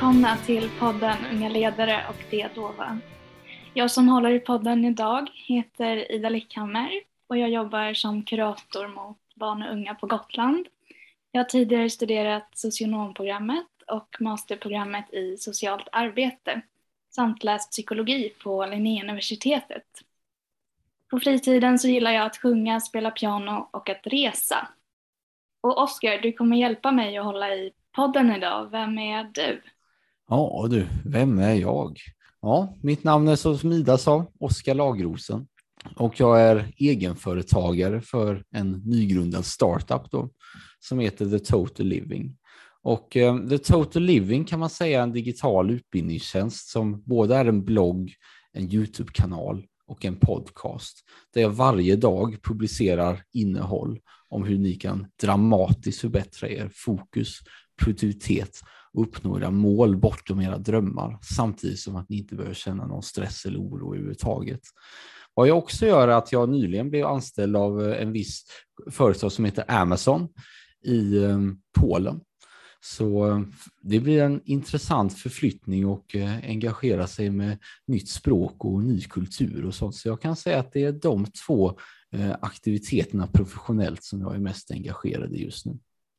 välkomna till podden Unga ledare och det dova. Jag som håller i podden idag heter Ida Lickhammer och jag jobbar som kurator mot barn och unga på Gotland. Jag har tidigare studerat socionomprogrammet och masterprogrammet i socialt arbete samt läst psykologi på Linnéuniversitetet. På fritiden så gillar jag att sjunga, spela piano och att resa. Och Oskar, du kommer hjälpa mig att hålla i podden idag. Vem är du? Ja du, vem är jag? Ja, mitt namn är som Ida sa, Oskar Lagrosen. Och jag är egenföretagare för en nygrundad startup då, som heter The Total Living. Och The Total Living kan man säga är en digital utbildningstjänst som både är en blogg, en YouTube-kanal och en podcast. Där jag varje dag publicerar innehåll om hur ni kan dramatiskt förbättra er fokus, produktivitet och uppnå era mål bortom era drömmar, samtidigt som att ni inte behöver känna någon stress eller oro överhuvudtaget. Vad jag också gör är att jag nyligen blev anställd av en viss företag som heter Amazon i Polen. Så det blir en intressant förflyttning och engagera sig med nytt språk och ny kultur och sånt. Så jag kan säga att det är de två aktiviteterna professionellt som jag är mest engagerad i just nu.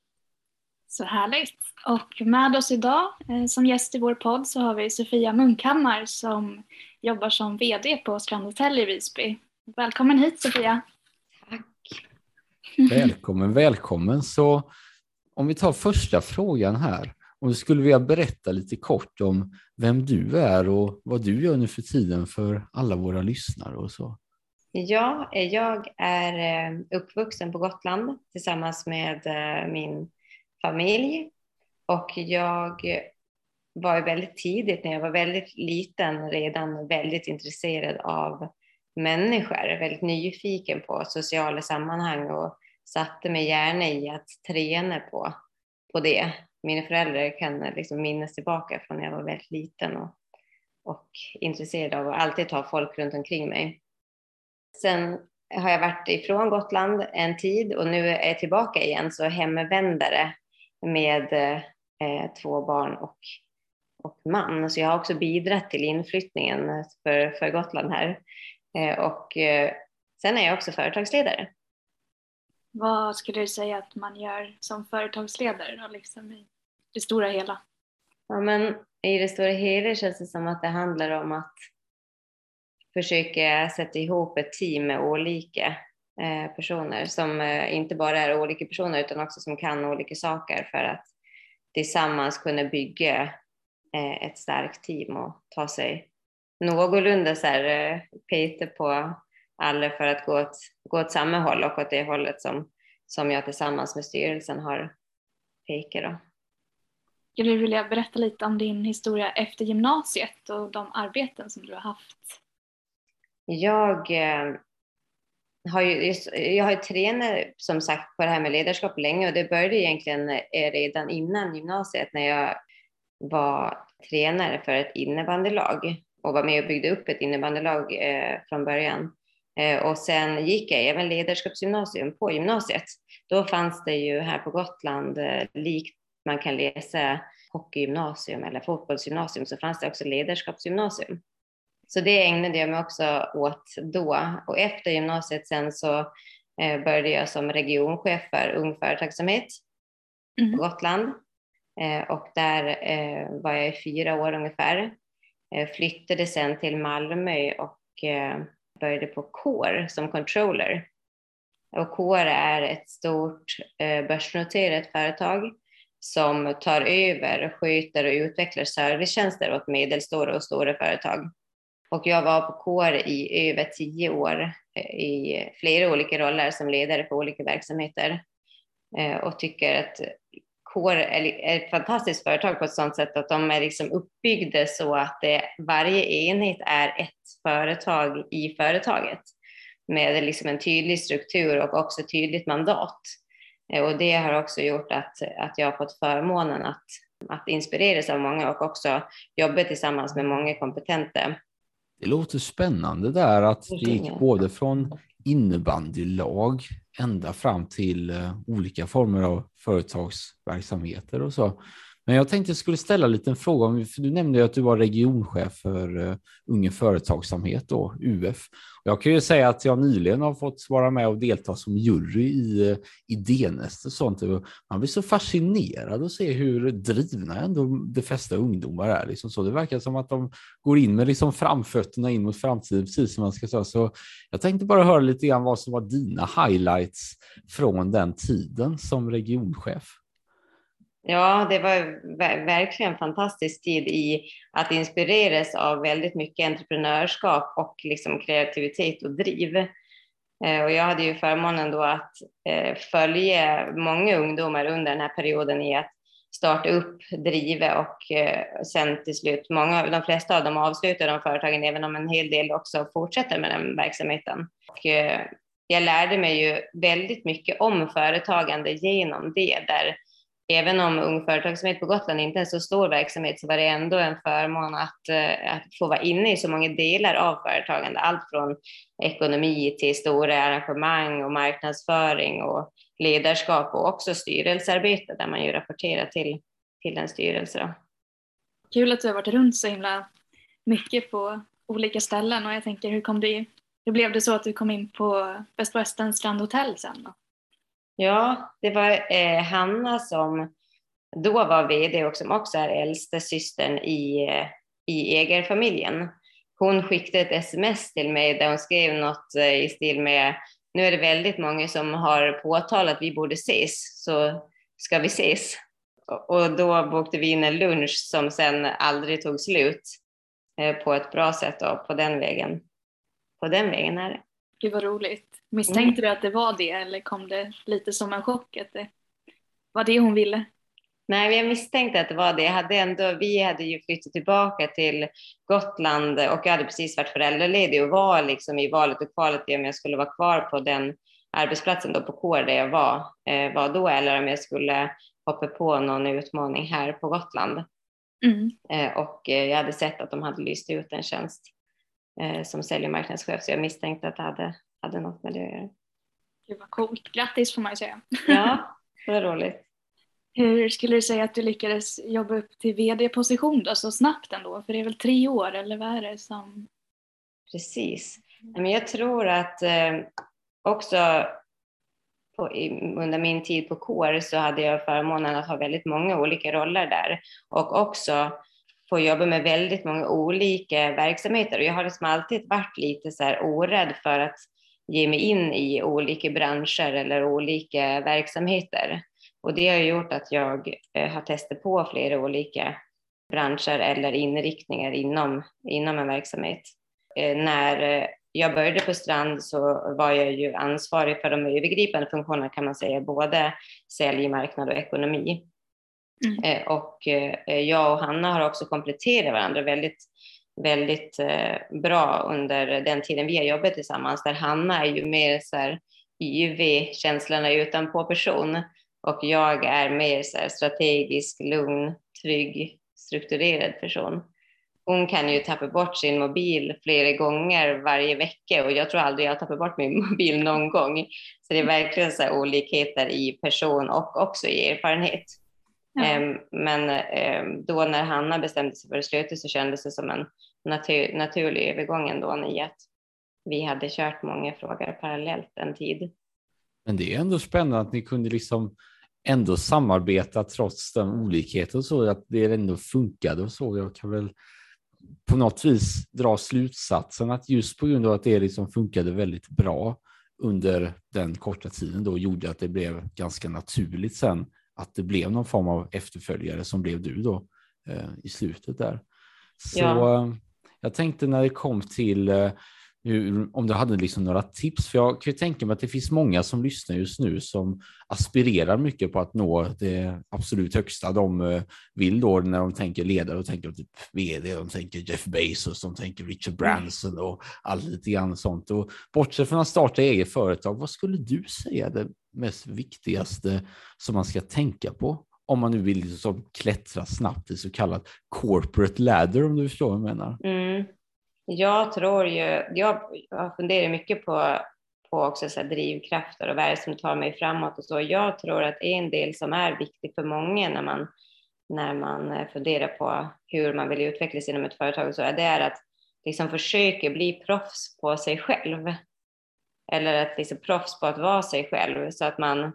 Så härligt. Och med oss idag som gäst i vår podd så har vi Sofia Munkhammar som jobbar som vd på Strand Hotel i Visby. Välkommen hit Sofia. Tack. Välkommen. Så om vi tar första frågan här. Om du skulle vilja berätta lite kort om vem du är och vad du gör nu för tiden för alla våra lyssnare och så. Ja, jag är uppvuxen på Gotland tillsammans med min familj. Och jag var väldigt tidigt, när jag var väldigt liten, redan väldigt intresserad av människor. Väldigt nyfiken på sociala sammanhang och satte mig gärna i att träna på det. Mina föräldrar kan liksom minnas tillbaka från när jag var väldigt liten och intresserad av att alltid ta folk runt omkring mig. Sen har jag varit ifrån Gotland en tid och nu är jag tillbaka igen, så hemvändare med 2 barn och man. Så jag har också bidragit till inflyttningen för Gotland här. Och sen är jag också företagsledare. Vad skulle du säga att man gör som företagsledare då, liksom i det stora hela? Ja, men i det stora hela känns det som att det handlar om att försöka sätta ihop ett team med olika personer som inte bara är olika personer utan också som kan olika saker för att tillsammans kunna bygga ett starkt team och ta sig någorlunda så här peta på alla för att gå åt samma håll och åt det hållet som jag tillsammans med styrelsen har pekat då. Skulle du vilja berätta lite om din historia efter gymnasiet och de arbeten som du har haft? Jag har ju tränat som sagt på det här med ledarskap länge, och det började egentligen redan innan gymnasiet när jag var tränare för ett innebandylag och var med och byggde upp ett innebandylag från början. Och sen gick jag även ledarskapsgymnasium på gymnasiet. Då fanns det ju här på Gotland, likt man kan läsa hockeygymnasium eller fotbollsgymnasium, så fanns det också ledarskapsgymnasium. Så det ägnade jag mig också åt då. Och efter gymnasiet sen så började jag som regionchef för ung företagsamhet på Gotland. Och där var jag i 4 år ungefär. Flyttade sen till Malmö och började på CORE som controller. Och CORE är ett stort börsnoterat företag som tar över, sköter och utvecklar servicetjänster åt medelstora och stora företag. Och jag var på CORE i över 10 år i flera olika roller som ledare för olika verksamheter. Och tycker att CORE är ett fantastiskt företag på ett sådant sätt att de är liksom uppbyggda så att varje enhet är ett företag i företaget. Med liksom en tydlig struktur och också tydligt mandat. Och det har också gjort att jag har fått förmånen att inspireras av många och också jobba tillsammans med många kompetenta. Det låter spännande där att det gick både från innebandylag ända fram till olika former av företagsverksamheter och så. Men jag tänkte jag skulle ställa en liten fråga, för du nämnde ju att du var regionchef för Ung Företagsamhet då, UF. Och jag kan ju säga att jag nyligen har fått vara med och delta som jury i Idénest och sånt. Man blir så fascinerad att se hur drivna ändå de flesta ungdomar är. Liksom så. Det verkar som att de går in med liksom framfötterna in mot framtiden, precis som man ska säga. Så jag tänkte bara höra lite grann vad som var dina highlights från den tiden som regionchef. Ja, det var verkligen en fantastisk tid i att inspireras av väldigt mycket entreprenörskap och liksom kreativitet och driv. Och jag hade ju förmånen då att följa många ungdomar under den här perioden i att starta upp, driva och sen till slut, de flesta av dem avslutar de företagen, även om en hel del också fortsätter med den verksamheten. Och jag lärde mig ju väldigt mycket om företagande genom det, där även om Ung Företagsamhet på Gotland inte är en så stor verksamhet, så var det ändå en förmån att få vara inne i så många delar av företagande. Allt från ekonomi till stora arrangemang och marknadsföring och ledarskap och också styrelsearbete där man ju rapporterar till en styrelse. Då. Kul att du har varit runt så himla mycket på olika ställen, och jag tänker hur blev det så att du kom in på Best Western Strandhotell sen då? Ja, det var Hanna som då var vd och som också är äldste systern i ägarfamiljen. Hon skickade ett sms till mig där hon skrev något i stil med: nu är det väldigt många som har påtalat att vi borde ses, så ska vi ses. Och då bokade vi in en lunch som sen aldrig tog slut på ett bra sätt då, på den vägen. På den vägen är det. Gud vad roligt. Misstänkte du att det var det, eller kom det lite som en chock att det var det hon ville? Nej, jag misstänkte att det var det. Vi hade ju flyttat tillbaka till Gotland och jag hade precis varit föräldraledig och var liksom i valet och kvalet om jag skulle vara kvar på den arbetsplatsen då på KR där jag var då, eller om jag skulle hoppa på någon utmaning här på Gotland. Och jag hade sett att de hade lyst ut en tjänst som sälj- och marknadschef, så jag misstänkte att det hade något med det att göra. Gud vad coolt. Grattis får man ju säga. Ja, det var roligt. Hur skulle du säga att du lyckades jobba upp till vd-position då så snabbt ändå? För det är väl 3 år, eller vad är det som... Precis. Men jag tror att också under min tid på KR så hade jag förmånen att ha väldigt många olika roller där. Och också få jobba med väldigt många olika verksamheter. Och jag har liksom alltid varit lite så här orädd för att ge mig in i olika branscher eller olika verksamheter. Och det har gjort att jag har testat på flera olika branscher eller inriktningar inom en verksamhet. När jag började på Strand så var jag ju ansvarig för de övergripande funktionerna, kan man säga, både sälj, marknad och ekonomi. Och jag och Hanna har också kompletterat varandra väldigt, väldigt bra under den tiden vi har jobbat tillsammans. Där Hanna är ju mer så här yvig, känslorna utanpå person. Och jag är mer så här strategisk, lugn, trygg, strukturerad person. Hon kan ju tappa bort sin mobil flera gånger varje vecka och jag tror aldrig jag tappar bort min mobil någon gång. Så det är verkligen så här olikheter i person och också i erfarenhet. Ja. Men då när Hanna bestämde sig för att sluta så kändes det som en naturlig övergång ändå, i att vi hade kört många frågor parallellt en tid. Men det är ändå spännande att ni kunde liksom ändå samarbeta trots den olikheten, så att det ändå funkade och så. Jag kan väl på något vis dra slutsatsen att just på grund av att det liksom funkade väldigt bra under den korta tiden då gjorde att det blev ganska naturligt sen att det blev någon form av efterföljare som blev du då i slutet där. Så jag tänkte när det kom till om du hade liksom några tips, för jag kan ju tänka mig att det finns många som lyssnar just nu som aspirerar mycket på att nå det absolut högsta de vill då när de tänker ledare och tänker typ vd, de tänker Jeff Bezos, de tänker Richard Branson och allt lite grann sånt. Och bortsett från att starta eget företag, vad skulle du säga det mest viktigaste som man ska tänka på om man nu vill liksom klättra snabbt i så kallat corporate ladder, om du förstår vad jag menar? Jag tror ju, jag funderar mycket på också så här drivkrafter och vad är det som tar mig framåt och så. Jag tror att en del som är viktig för många när man när man funderar på hur man vill utvecklas inom ett företag, så är det att liksom försöka bli proffs på sig själv. Eller att liksom proffs på att vara sig själv, så att man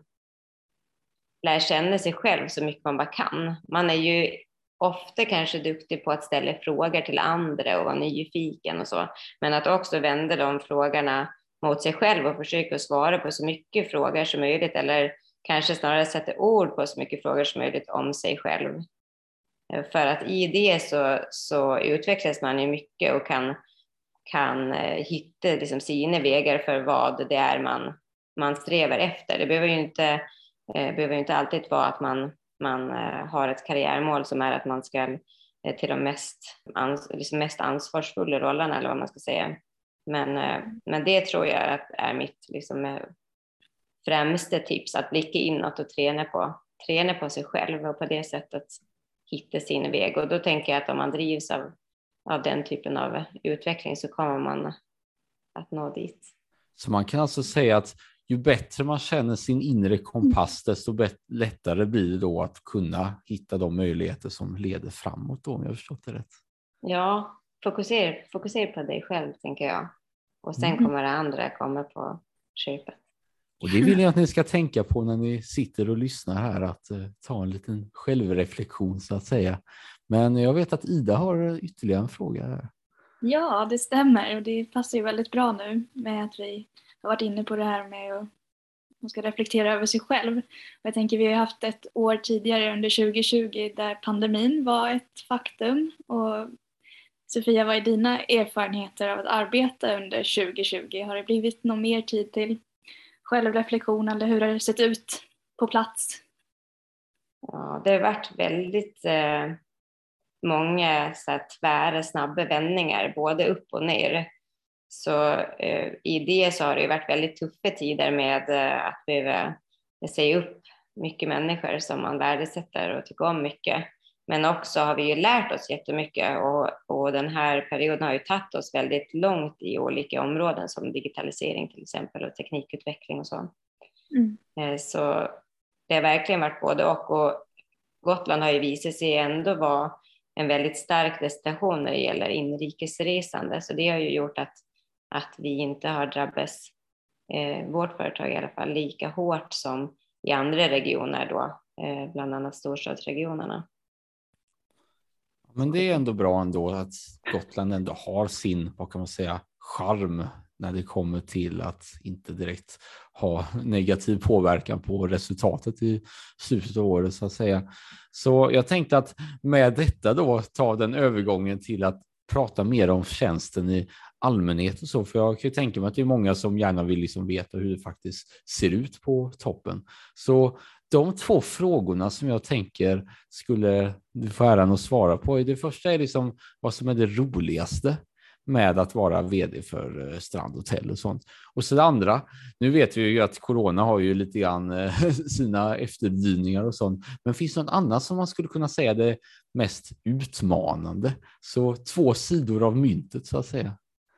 lär känna sig själv så mycket man bara kan. Man är ju ofta kanske duktig på att ställa frågor till andra och vara nyfiken och så. Men att också vända de frågorna mot sig själv och försöka svara på så mycket frågor som möjligt, eller kanske snarare sätta ord på så mycket frågor som möjligt om sig själv. För att i det så utvecklas man ju mycket och kan hitta liksom sina vägar för vad det är man strävar efter. Det behöver ju inte alltid vara att man har ett karriärmål som är att man ska till de mest ansvarsfulla rollerna, eller vad man ska säga. Men det tror jag är mitt liksom främsta tips, att blicka inåt och träna på sig själv och på det sättet hitta sin väg. Och då tänker jag att om man drivs av den typen av utveckling så kommer man att nå dit. Så man kan alltså säga att ju bättre man känner sin inre kompass, desto lättare blir det då att kunna hitta de möjligheter som leder framåt då, om jag har förstått det rätt. Ja, fokusera på dig själv, tänker jag. Och sen kommer det andra komma på köpet. Och det vill jag att ni ska tänka på när ni sitter och lyssnar här, att ta en liten självreflektion så att säga. Men jag vet att Ida har ytterligare en fråga här. Ja, det stämmer, och det passar ju väldigt bra nu med att vi har varit inne på det här med att man ska reflektera över sig själv. Och jag tänker, vi har haft ett år tidigare under 2020 där pandemin var ett faktum. Och Sofia, vad är dina erfarenheter av att arbeta under 2020? Har det blivit någon mer tid till självreflektion, eller hur har det sett ut på plats? Ja, det har varit väldigt många så här tvära, snabba vändningar, både upp och ner. Så i det så har det varit väldigt tuffa tider med att behöva säga upp mycket människor som man värdesätter och tycker om mycket. Men också har vi ju lärt oss jättemycket, och den här perioden har ju tagit oss väldigt långt i olika områden som digitalisering till exempel och teknikutveckling och så. Så det har verkligen varit både och Gotland har ju visat sig ändå vara en väldigt stark destination när det gäller inrikesresande. Så det har ju gjort att vi inte har drabbats, vårt företag i alla fall, lika hårt som i andra regioner då, bland annat storstadsregionerna. Men det är ändå bra ändå att Gotland ändå har sin, vad kan man säga, charm när det kommer till att inte direkt ha negativ påverkan på resultatet i slutet av året så att säga. Så jag tänkte att med detta då ta den övergången till att prata mer om tjänsten i allmänhet och så, för jag kan ju tänka mig att det är många som gärna vill liksom veta hur det faktiskt ser ut på toppen. Så de två frågorna som jag tänker skulle du få äran att svara på. Det första är liksom vad som är det roligaste med att vara vd för Strandhotell och sånt. Och så det andra, nu vet vi ju att corona har ju lite grann sina efterdyningar och sånt. Men finns det något annat som man skulle kunna säga det mest utmanande? Så två sidor av myntet så att säga.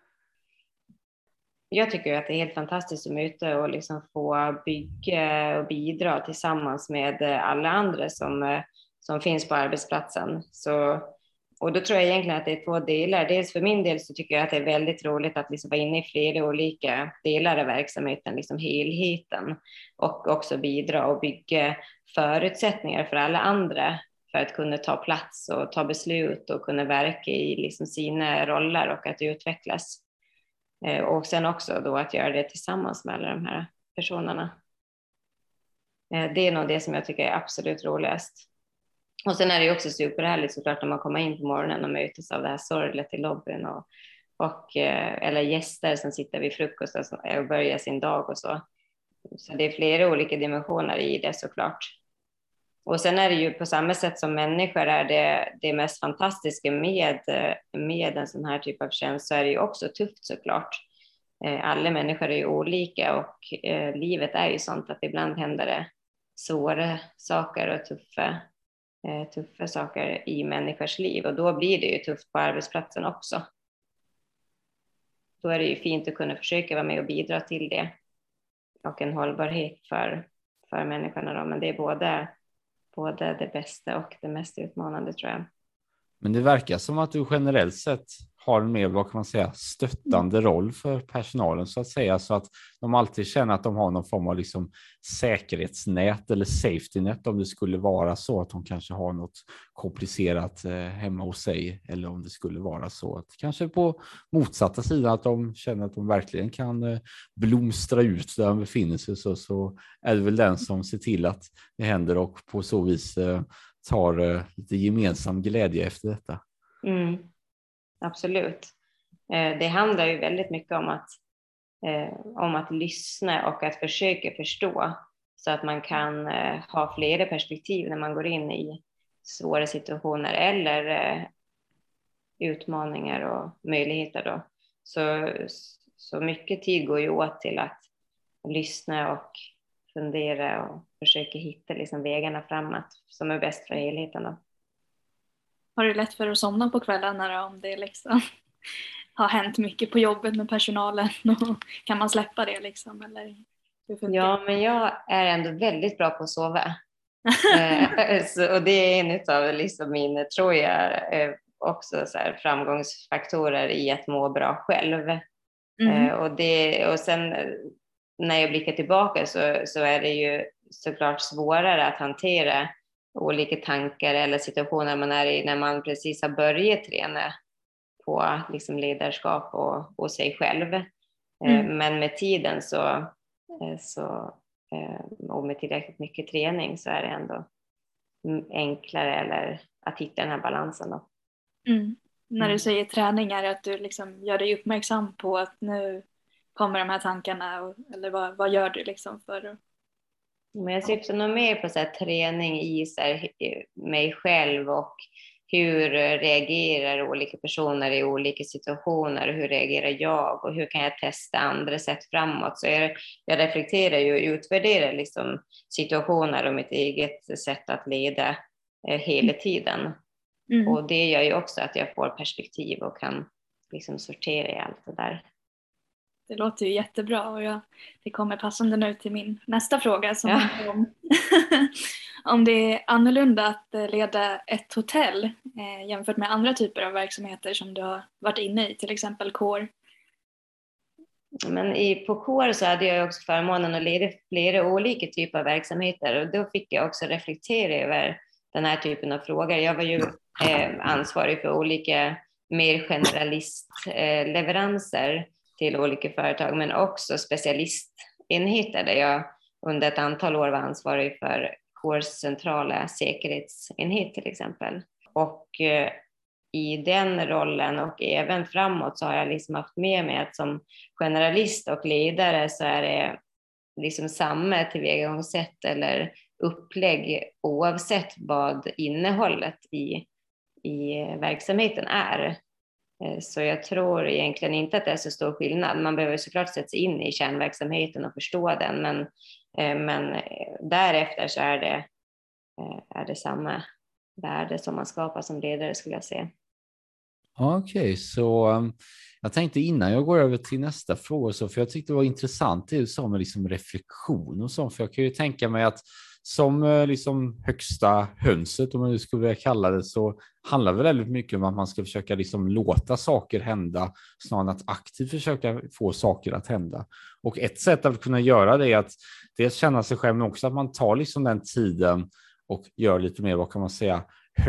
Jag tycker att det är helt fantastiskt att möta och liksom få bygga och bidra tillsammans med alla andra som finns på arbetsplatsen. Och då tror jag egentligen att det är två delar. Dels för min del så tycker jag att det är väldigt roligt att liksom vara inne i flera olika delar av verksamheten, liksom helheten, och också bidra och bygga förutsättningar för alla andra för att kunna ta plats och ta beslut och kunna verka i liksom sina roller och att utvecklas. Och sen också då att göra det tillsammans med alla de här personerna. Det är nog det som jag tycker är absolut roligast. Och sen är det ju också superhärligt såklart när man kommer in på morgonen och möts av det här sorglet i lobbyn eller gäster som sitter vid frukost och börjar sin dag och så. Så det är flera olika dimensioner i det såklart. Och sen är det ju på samma sätt som människor är det mest fantastiska med en sån här typ av tjänst, så är det ju också tufft såklart. Alla människor är ju olika och livet är ju sånt att ibland händer det svåra saker och tuffa saker i människors liv, och då blir det ju tufft på arbetsplatsen också. Då är det ju fint att kunna försöka vara med och bidra till det och en hållbarhet för människorna då. Men det är både det bästa och det mest utmanande, tror jag. Men det verkar som att du generellt sett har en mer, vad kan man säga, stöttande roll för personalen så att säga, så att de alltid känner att de har någon form av liksom säkerhetsnät eller safety net om det skulle vara så att de kanske har något komplicerat hemma hos sig, eller om det skulle vara så att kanske på motsatta sidan att de känner att de verkligen kan blomstra ut där de befinner sig, så är det väl den som ser till att det händer och på så vis tar lite gemensam glädje efter detta. Absolut. Det handlar ju väldigt mycket om att lyssna och att försöka förstå, så att man kan ha flera perspektiv när man går in i svåra situationer eller utmaningar och möjligheter då. Så mycket tid går ju åt till att lyssna och fundera och försöka hitta liksom vägarna framåt som är bäst för helheten då. Har du lätt för att somna på kvällarna om det liksom har hänt mycket på jobbet med personalen? Och kan man släppa det liksom? Eller ja, men jag är ändå väldigt bra på att sova. Och det är en av liksom mina, tror jag, också så här framgångsfaktorer i att må bra själv. Och sen när jag blickar tillbaka så är det ju såklart svårare att hantera olika tankar eller situationer man är i när man precis har börjat träna på liksom ledarskap och sig själv. Men med tiden och med tillräckligt mycket träning så är det ändå enklare eller att hitta den här balansen då. När du säger träning, är det att du liksom gör dig uppmärksam på att nu kommer de här tankarna, eller vad gör du liksom för? Men jag syftar nog mer på så här träning i så här, mig själv och hur reagerar olika personer i olika situationer, hur reagerar jag och hur kan jag testa andra sätt framåt. Så jag reflekterar ju och utvärderar liksom situationer och mitt eget sätt att leda hela tiden. Och det gör ju också att jag får perspektiv och kan liksom sortera i allt det där. Det låter ju jättebra och det kommer passande nu till min nästa fråga som handlar om det är annorlunda att leda ett hotell jämfört med andra typer av verksamheter som du har varit inne i, till exempel kår. Men på kår så hade jag också förmånen att leda flera olika typer av verksamheter, och då fick jag också reflektera över den här typen av frågor. Jag var ju ansvarig för olika mer generalistleveranser till olika företag, men också specialistenheter där jag under ett antal år var ansvarig för kårs centrala säkerhetsenhet till exempel. Och i den rollen och även framåt så har jag liksom haft med mig att som generalist och ledare så är det liksom samma tillvägagångssätt eller upplägg oavsett vad innehållet i verksamheten är. Så jag tror egentligen inte att det är så stor skillnad. Man behöver såklart sätta sig in i kärnverksamheten och förstå den, men därefter så är det samma värde som man skapar som ledare, skulle jag säga. Okej, så jag tänkte innan jag går över till nästa fråga, för jag tyckte det var intressant det du sa med liksom reflektion och sånt, för jag kan ju tänka mig att som liksom högsta hönset, om man nu skulle vilja kalla det, så handlar det väldigt mycket om att man ska försöka liksom låta saker hända snarare än att aktivt försöka få saker att hända. Och ett sätt att kunna göra det är att dels känna sig själv, men också att man tar liksom den tiden och gör lite mer, vad kan man säga,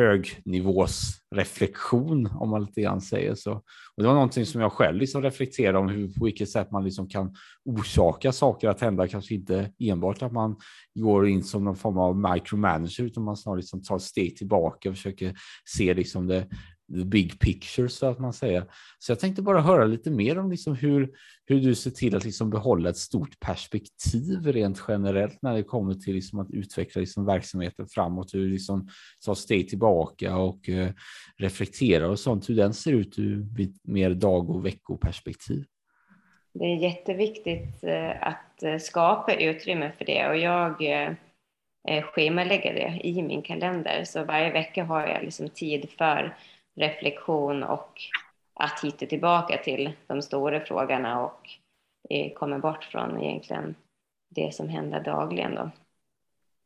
högnivåsreflektion, om man lite grann säger så. Och det var någonting som jag själv liksom reflekterade om, på vilket sätt man liksom kan orsaka saker att hända, kanske inte enbart att man går in som någon form av micromanager, utan man snarare liksom tar ett steg tillbaka och försöker se liksom the big picture, så att man säger. Så jag tänkte bara höra lite mer om liksom hur du ser till att liksom behålla ett stort perspektiv rent generellt när det kommer till liksom att utveckla liksom verksamheten framåt, hur du liksom tar steg tillbaka och reflektera och sånt, hur den ser ut vid mer dag- och veckoperspektiv. Det är jätteviktigt att skapa utrymme för det, och jag schemalägger det i min kalender, så varje vecka har jag liksom tid för reflektion och att hitta tillbaka till de stora frågorna och komma bort från egentligen det som händer dagligen då.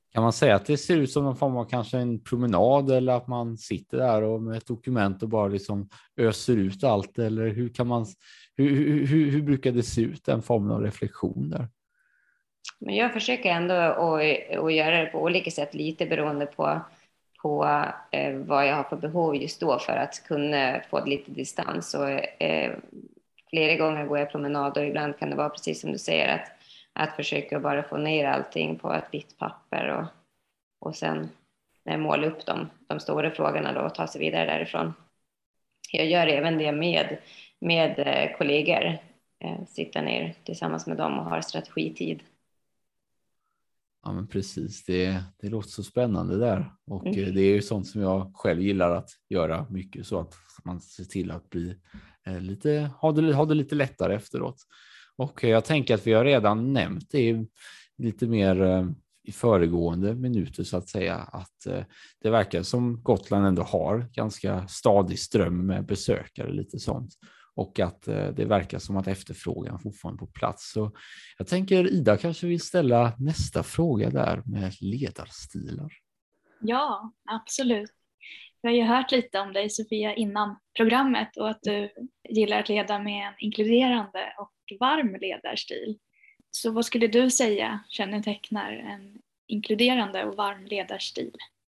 Kan man säga att det ser ut som någon form av kanske en promenad, eller att man sitter där och med ett dokument och bara liksom öser ut allt, eller hur kan man, hur brukar det se ut, den formen av reflektion där? Men jag försöker ändå att göra det på olika sätt, lite beroende på vad jag har för behov just då för att kunna få lite distans. Och, flera gånger går jag promenad och ibland kan det vara precis som du säger att försöka bara få ner allting på ett vitt papper och sen måla upp de stora frågorna då och ta sig vidare därifrån. Jag gör även det med kollegor, sitta ner tillsammans med dem och ha strategitid. Ja, men precis. Det låter så spännande där. Och det är ju sånt som jag själv gillar att göra mycket, så att man ser till att bli ha det lite lättare efteråt. Och jag tänker att vi har redan nämnt det lite mer i föregående minuter, så att säga, att det verkar som Gotland ändå har ganska stadig ström med besökare, lite sånt. Och att det verkar som att efterfrågan fortfarande på plats. Så jag tänker Ida kanske vill ställa nästa fråga där med ledarstilar. Ja, absolut. Jag har ju hört lite om dig, Sofia, innan programmet, och att du gillar att leda med en inkluderande och varm ledarstil. Så vad skulle du säga kännetecknar en inkluderande och varm ledarstil?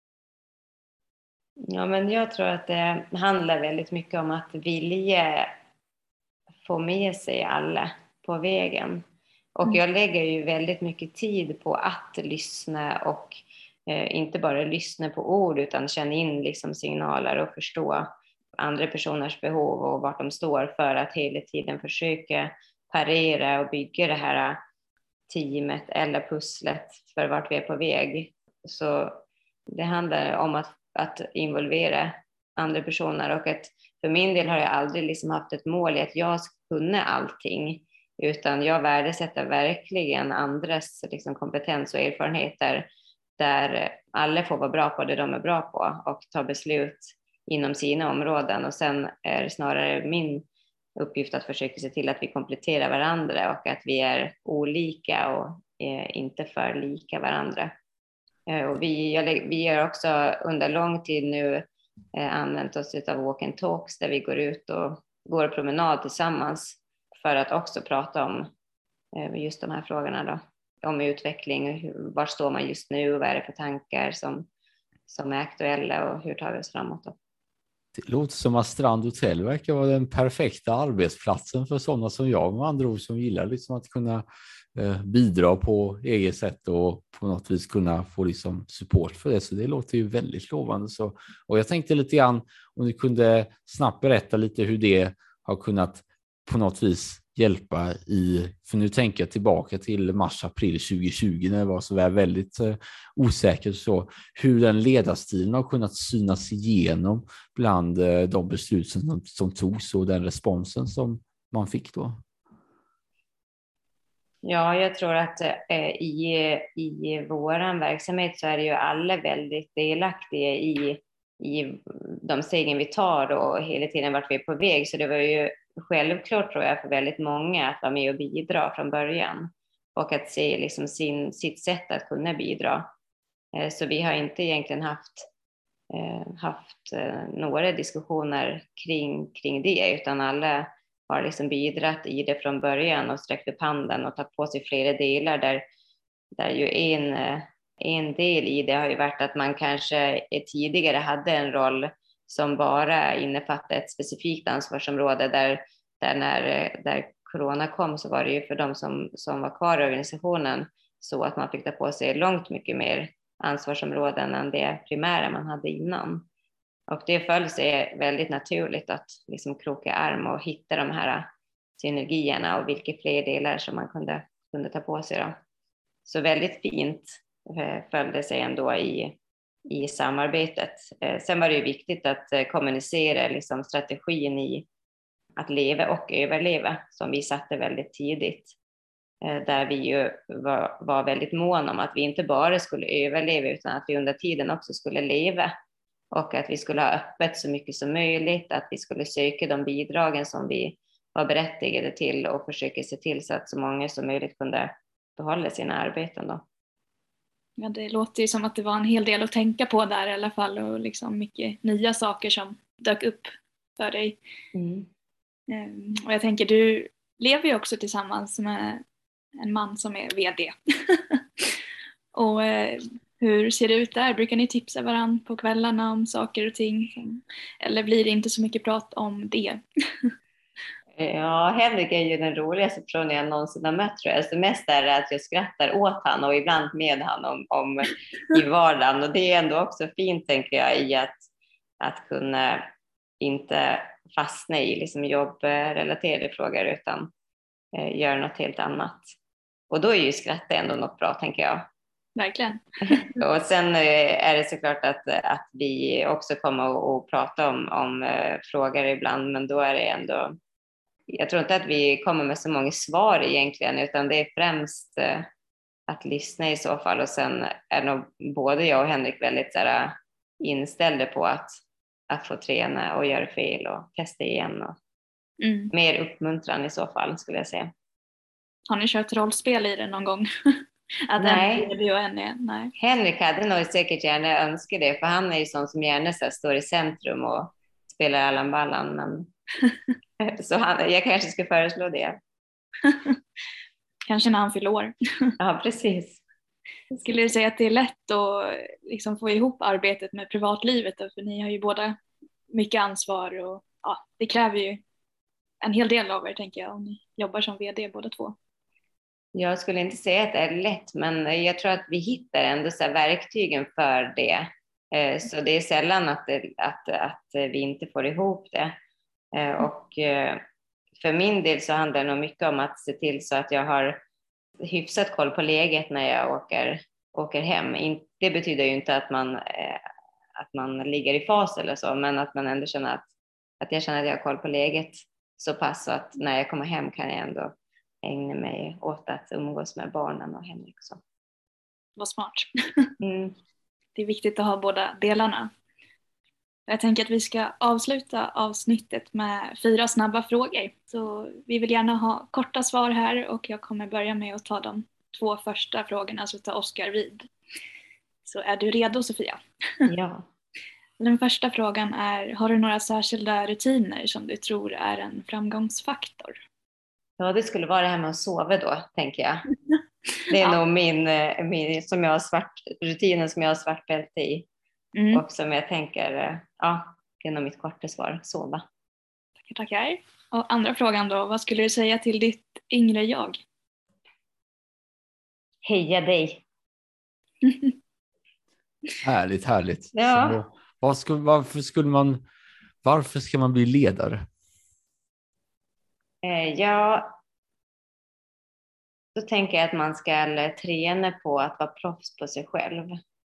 Ja, men jag tror att det handlar väldigt mycket om att vilja få med sig alla på vägen. Och jag lägger ju väldigt mycket tid på att lyssna och inte bara lyssna på ord utan känna in liksom signaler och förstå andra personers behov och vart de står, för att hela tiden försöka parera och bygga det här teamet eller pusslet för vart vi är på väg. Så det handlar om att involvera andra personer, och att för min del har jag aldrig liksom haft ett mål i att jag ska kunna allting, utan jag värdesätter verkligen andras liksom kompetens och erfarenheter, där alla får vara bra på det de är bra på och ta beslut inom sina områden. Och sen är det snarare min uppgift att försöka se till att vi kompletterar varandra och att vi är olika och inte för lika varandra. Och vi har också under lång tid nu använt oss av walk and talks, där vi går ut och går promenad tillsammans för att också prata om just de här frågorna då. Om utveckling, var står man just nu, vad är det för tankar som är aktuella och hur tar vi oss framåt då? Det låter som att Strand Hotel verkar vara den perfekta arbetsplatsen för sådana som jag, med andra ord, som gillar liksom att kunna bidra på eget sätt och på något vis kunna få liksom support för det. Så det låter ju väldigt lovande. Så, och jag tänkte lite grann om du kunde snabbt berätta lite hur det har kunnat på något vis hjälpa för nu tänker jag tillbaka till mars-april 2020 när det var så väldigt osäkert, så hur den ledarstilen har kunnat synas igenom bland de beslut som togs och den responsen som man fick då. Ja, jag tror att i våran verksamhet så är det ju alla väldigt delaktiga i de stegen vi tar och hela tiden vart vi är på väg. Så det var ju självklart, tror jag, för väldigt många att vara med och bidra från början och att se liksom sitt sätt att kunna bidra. Så vi har inte egentligen haft några diskussioner kring det, utan alla har liksom bidragit i det från början och sträckt upp handen och tagit på sig flera delar, där ju en del i det har ju varit att man kanske tidigare hade en roll som bara innefattade ett specifikt ansvarsområde, där corona kom så var det ju för de som var kvar i organisationen så att man fick ta på sig långt mycket mer ansvarsområden än det primära man hade innan. Och det föll sig väldigt naturligt att liksom kroka arm och hitta de här synergierna och vilka fler delar som man kunde ta på sig då. Så väldigt fint följde sig ändå i samarbetet. Sen var det ju viktigt att kommunicera liksom strategin i att leva och överleva, som vi satte väldigt tidigt. Där vi ju var väldigt måna om att vi inte bara skulle överleva utan att vi under tiden också skulle leva. Och att vi skulle ha öppet så mycket som möjligt, att vi skulle söka de bidragen som vi var berättigade till och försöka se till så att så många som möjligt kunde behålla sina arbeten då. Ja, det låter ju som att det var en hel del att tänka på där i alla fall och liksom mycket nya saker som dök upp för dig. Mm. Och jag tänker, du lever ju också tillsammans med en man som är VD. Och hur ser det ut där? Brukar ni tipsa varandra på kvällarna om saker och ting? Eller blir det inte så mycket prat om det? Ja, Henrik är ju den roligaste personen jag någonsin har mött, tror jag. Så mest är det att jag skrattar åt han och ibland med han om i vardagen. Och det är ändå också fint, tänker jag, i att kunna inte fastna i liksom jobbrelaterade frågor utan göra något helt annat. Och då är ju skratt ändå något bra, tänker jag. Verkligen. Och sen är det såklart att vi också kommer att prata om frågor ibland, men då är det ändå, jag tror inte att vi kommer med så många svar egentligen, utan det är främst att lyssna i så fall. Och sen är nog både jag och Henrik väldigt så här, inställda på att få träna och göra fel och testa igen. Och mer uppmuntran i så fall, skulle jag säga. Har ni kört rollspel i det någon gång? Att Nej. en är det och en är... Nej. Henrik hade nog säkert gärna önskat det, för han är ju sån som gärna så här, står i centrum och spelar Allan Ballan. Men... så jag kanske ska föreslå det. Kanske när han fyller år. Ja, precis. Skulle du säga att det är lätt att liksom få ihop arbetet med privatlivet då? För ni har ju båda mycket ansvar och ja, det kräver ju en hel del av er, tänker jag, om ni jobbar som vd båda två. Jag skulle inte säga att det är lätt, men jag tror att vi hittar ändå så här verktygen för det. Så det är sällan att vi inte får ihop det. Och för min del så handlar det nog mycket om att se till så att jag har hyfsat koll på läget när jag åker hem. Det betyder ju inte att man ligger i fas eller så, men att man ändå känner att jag känner att jag har koll på läget så pass så att när jag kommer hem kan jag ändå ägna mig åt att umgås med barnen och Henrik och så. Vad smart. Mm. Det är viktigt att ha båda delarna. Jag tänker att vi ska avsluta avsnittet med 4 snabba frågor. Så vi vill gärna ha korta svar här och jag kommer börja med att ta de 2 första frågorna, så tar Oskar vid. Så är du redo, Sofia? Ja. Den första frågan är, har du några särskilda rutiner som du tror är en framgångsfaktor? Ja, det skulle vara det här med att sova då, tänker jag. Det är nog min som jag har rutinen som jag har svart bälte i. Och som jag tänker, ja, det är nog mitt korta svar, sova. Tackar. Och andra frågan då, vad skulle du säga till ditt yngre jag? Heja dig! Härligt. Ja. Så, varför ska man bli ledare? Ja, då tänker jag att man ska träna på att vara proffs på sig själv.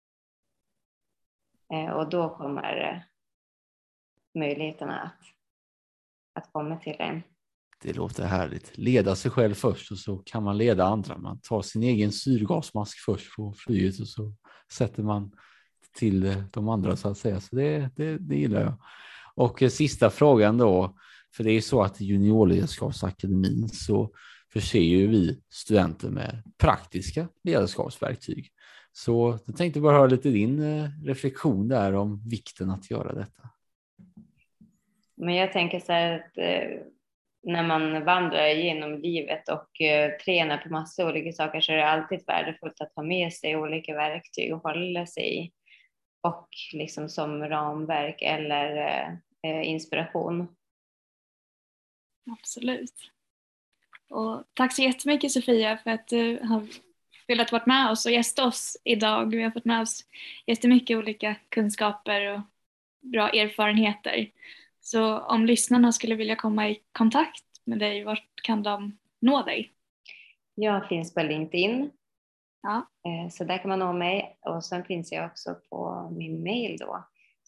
Och då kommer möjligheterna att komma till en. Det låter härligt. Leda sig själv först och så kan man leda andra. Man tar sin egen syrgasmask först på flyget och så sätter man till de andra, så att säga. Så det gillar jag. Och sista frågan då, för det är så att i Juniorledarskapsakademin så förser ju vi studenter med praktiska ledarskapsverktyg. Så jag tänkte bara höra lite din reflektion där om vikten att göra detta. Men jag tänker så här att när man vandrar genom livet och tränar på massa olika saker så är det alltid värdefullt att ha med sig olika verktyg och hålla sig i. Och liksom som ramverk eller inspiration. Absolut. Och tack så jättemycket, Sofia, för att du har velat vara med oss och gästa oss idag. Vi har fått med oss jättemycket olika kunskaper och bra erfarenheter. Så om lyssnarna skulle vilja komma i kontakt med dig, vart kan de nå dig? Jag finns på LinkedIn. Ja. Så där kan man nå mig. Och sen finns jag också på min mail då.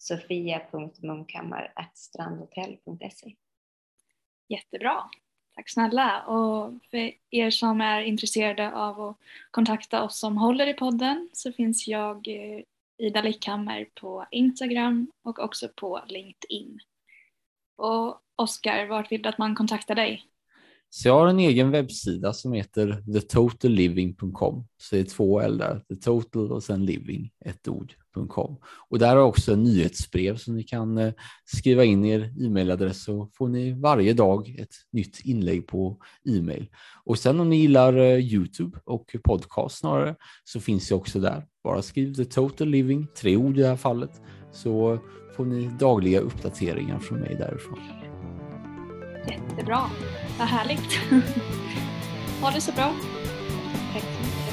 sofia.munkhammar@strandhotell.se. Jättebra. Tack snälla. Och för er som är intresserade av att kontakta oss som håller i podden så finns jag, Ida Lickhammer, på Instagram och också på LinkedIn. Och Oskar, vart vill du att man kontaktar dig? Så jag har en egen webbsida som heter thetotalliving.com. Så det är 2 L där, the total och sen living, ett ord.com. Och där har jag också en nyhetsbrev som ni kan skriva in er e-mailadress, så får ni varje dag ett nytt inlägg på e-mail. Och sen om ni gillar YouTube och podcast snarare, så finns det också där. Bara skriv The Total Living, 3 ord i det här fallet, så får ni dagliga uppdateringar från mig därifrån. Jättebra, vad härligt. Ha det så bra. Tack så mycket.